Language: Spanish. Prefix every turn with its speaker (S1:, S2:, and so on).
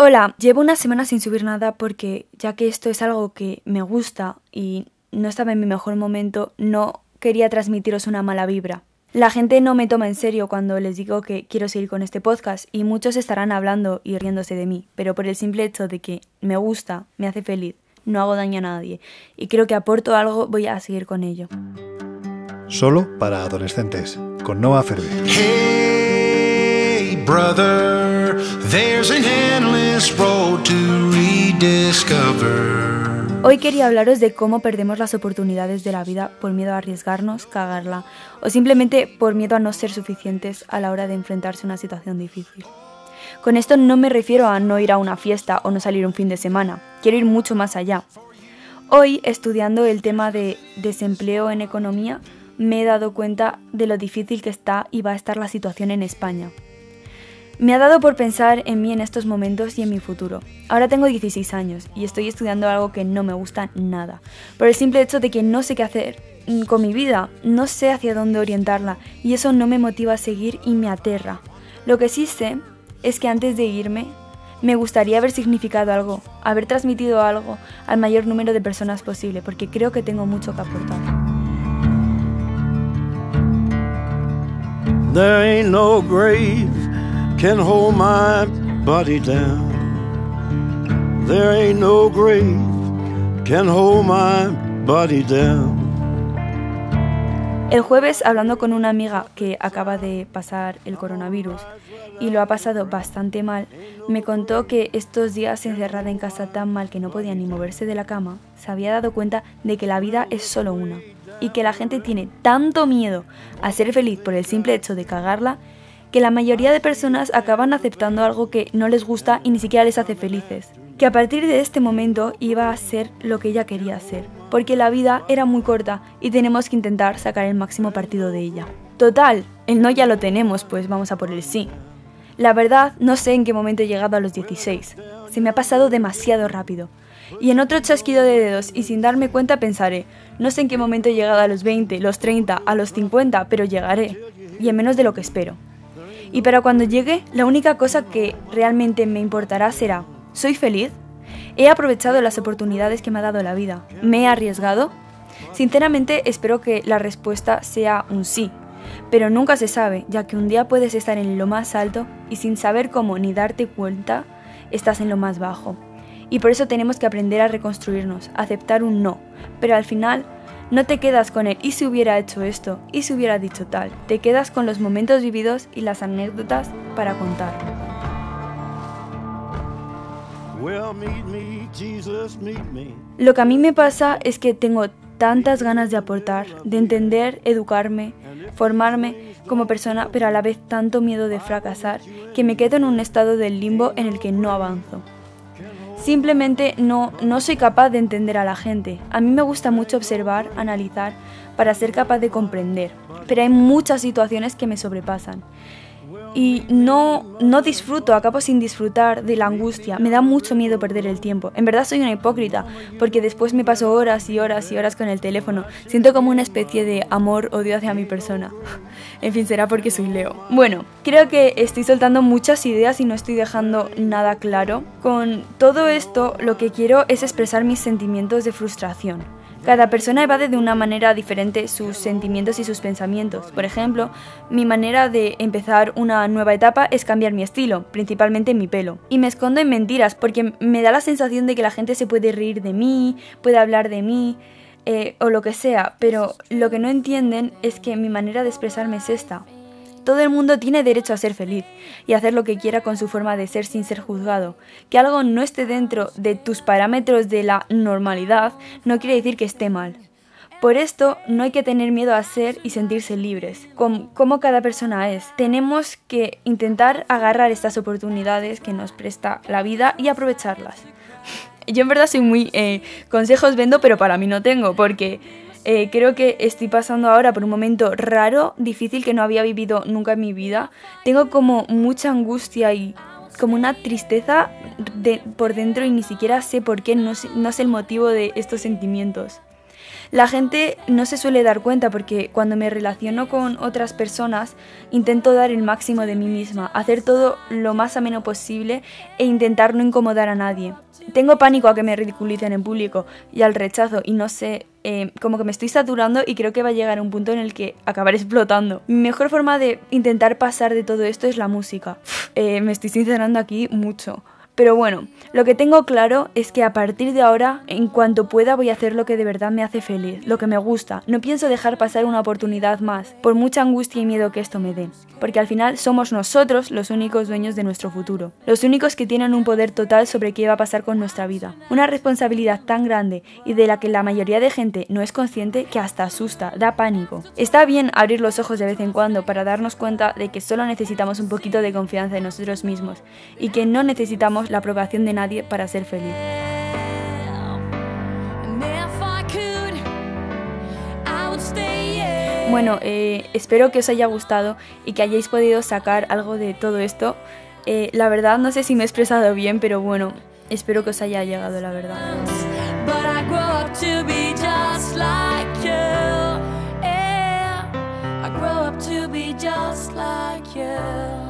S1: Hola, llevo una semana sin subir nada porque ya que esto es algo que me gusta y no estaba en mi mejor momento, no quería transmitiros una mala vibra. La gente no me toma en serio cuando les digo que quiero seguir con este podcast y muchos estarán hablando y riéndose de mí, pero por el simple hecho de que me gusta, me hace feliz, no hago daño a nadie y creo que aporto algo, voy a seguir con ello.
S2: Solo para adolescentes, con Noah Ferber.
S3: Hey brother, there's an endless road to rediscover.
S1: Hoy quería hablaros de cómo perdemos las oportunidades de la vida por miedo a arriesgarnos, cagarla o simplemente por miedo a no ser suficientes a la hora de enfrentarse a una situación difícil. Con esto no me refiero a no ir a una fiesta o no salir un fin de semana, quiero ir mucho más allá. Hoy, estudiando el tema de desempleo en economía, me he dado cuenta de lo difícil que está y va a estar la situación en España. Me ha dado por pensar en mí en estos momentos y en mi futuro. Ahora tengo 16 años y estoy estudiando algo que no me gusta nada, por el simple hecho de que no sé qué hacer con mi vida, no sé hacia dónde orientarla y eso no me motiva a seguir y me aterra. Lo que sí sé es que antes de irme, me gustaría haber significado algo, haber transmitido algo al mayor número de personas posible, porque creo que tengo mucho que aportar.
S4: There ain't no grave can hold my body down. There ain't no grave can hold my body down.
S1: El jueves, hablando con una amiga que acaba de pasar el coronavirus y lo ha pasado bastante mal, me contó que estos días encerrada en casa tan mal que no podía ni moverse de la cama, se había dado cuenta de que la vida es solo una y que la gente tiene tanto miedo a ser feliz por el simple hecho de cagarla que la mayoría de personas acaban aceptando algo que no les gusta y ni siquiera les hace felices. Que a partir de este momento iba a ser lo que ella quería ser, porque la vida era muy corta y tenemos que intentar sacar el máximo partido de ella. Total, el no ya lo tenemos, pues vamos a por el sí. La verdad, no sé en qué momento he llegado a los 16. Se me ha pasado demasiado rápido. Y en otro chasquido de dedos y sin darme cuenta pensaré, no sé en qué momento he llegado a los 20, los 30, a los 50, pero llegaré. Y en menos de lo que espero. Y para cuando llegue, la única cosa que realmente me importará será, ¿soy feliz? ¿He aprovechado las oportunidades que me ha dado la vida? ¿Me he arriesgado? Sinceramente espero que la respuesta sea un sí, pero nunca se sabe, ya que un día puedes estar en lo más alto y sin saber cómo ni darte cuenta, estás en lo más bajo. Y por eso tenemos que aprender a reconstruirnos, a aceptar un no, pero al final no te quedas con el ¿y si hubiera hecho esto? ¿Y si hubiera dicho tal? Te quedas con los momentos vividos y las anécdotas para contar. Lo que a mí me pasa es que tengo tantas ganas de aportar, de entender, educarme, formarme como persona, pero a la vez tanto miedo de fracasar que me quedo en un estado del limbo en el que no avanzo. Simplemente no soy capaz de entender a la gente. A mí me gusta mucho observar, analizar, para ser capaz de comprender. Pero hay muchas situaciones que me sobrepasan. Y no disfruto, acabo sin disfrutar de la angustia. Me da mucho miedo perder el tiempo. En verdad soy una hipócrita, porque después me paso horas y horas y horas con el teléfono. Siento como una especie de amor-odio hacia mi persona. En fin, será porque soy Leo. Bueno, creo que estoy soltando muchas ideas y no estoy dejando nada claro. Con todo esto, lo que quiero es expresar mis sentimientos de frustración. Cada persona evade de una manera diferente sus sentimientos y sus pensamientos. Por ejemplo, mi manera de empezar una nueva etapa es cambiar mi estilo, principalmente mi pelo. Y me escondo en mentiras porque me da la sensación de que la gente se puede reír de mí, puede hablar de mí, o lo que sea, pero lo que no entienden es que mi manera de expresarme es esta. Todo el mundo tiene derecho a ser feliz y a hacer lo que quiera con su forma de ser sin ser juzgado. Que algo no esté dentro de tus parámetros de la normalidad no quiere decir que esté mal. Por esto no hay que tener miedo a ser y sentirse libres, como cada persona es. Tenemos que intentar agarrar estas oportunidades que nos presta la vida y aprovecharlas. Yo en verdad soy muy consejos vendo, pero para mí no tengo, porque creo que estoy pasando ahora por un momento raro, difícil, que no había vivido nunca en mi vida. Tengo como mucha angustia y como una tristeza por dentro y ni siquiera sé por qué, no sé el motivo de estos sentimientos. La gente no se suele dar cuenta porque cuando me relaciono con otras personas intento dar el máximo de mí misma, hacer todo lo más ameno posible e intentar no incomodar a nadie. Tengo pánico a que me ridiculicen en público y al rechazo y no sé, como que me estoy saturando y creo que va a llegar un punto en el que acabaré explotando. Mi mejor forma de intentar pasar de todo esto es la música. Me estoy sincerando aquí mucho. Pero bueno, lo que tengo claro es que a partir de ahora, en cuanto pueda, voy a hacer lo que de verdad me hace feliz, lo que me gusta. No pienso dejar pasar una oportunidad más, por mucha angustia y miedo que esto me dé. Porque al final somos nosotros los únicos dueños de nuestro futuro, los únicos que tienen un poder total sobre qué va a pasar con nuestra vida. Una responsabilidad tan grande y de la que la mayoría de gente no es consciente que hasta asusta, da pánico. Está bien abrir los ojos de vez en cuando para darnos cuenta de que solo necesitamos un poquito de confianza en nosotros mismos y que no necesitamos la aprobación de nadie para ser feliz. Bueno, espero que os haya gustado y que hayáis podido sacar algo de todo esto. La verdad no sé si me he expresado bien, pero bueno, espero que os haya llegado la verdad. I grow up to be just like you.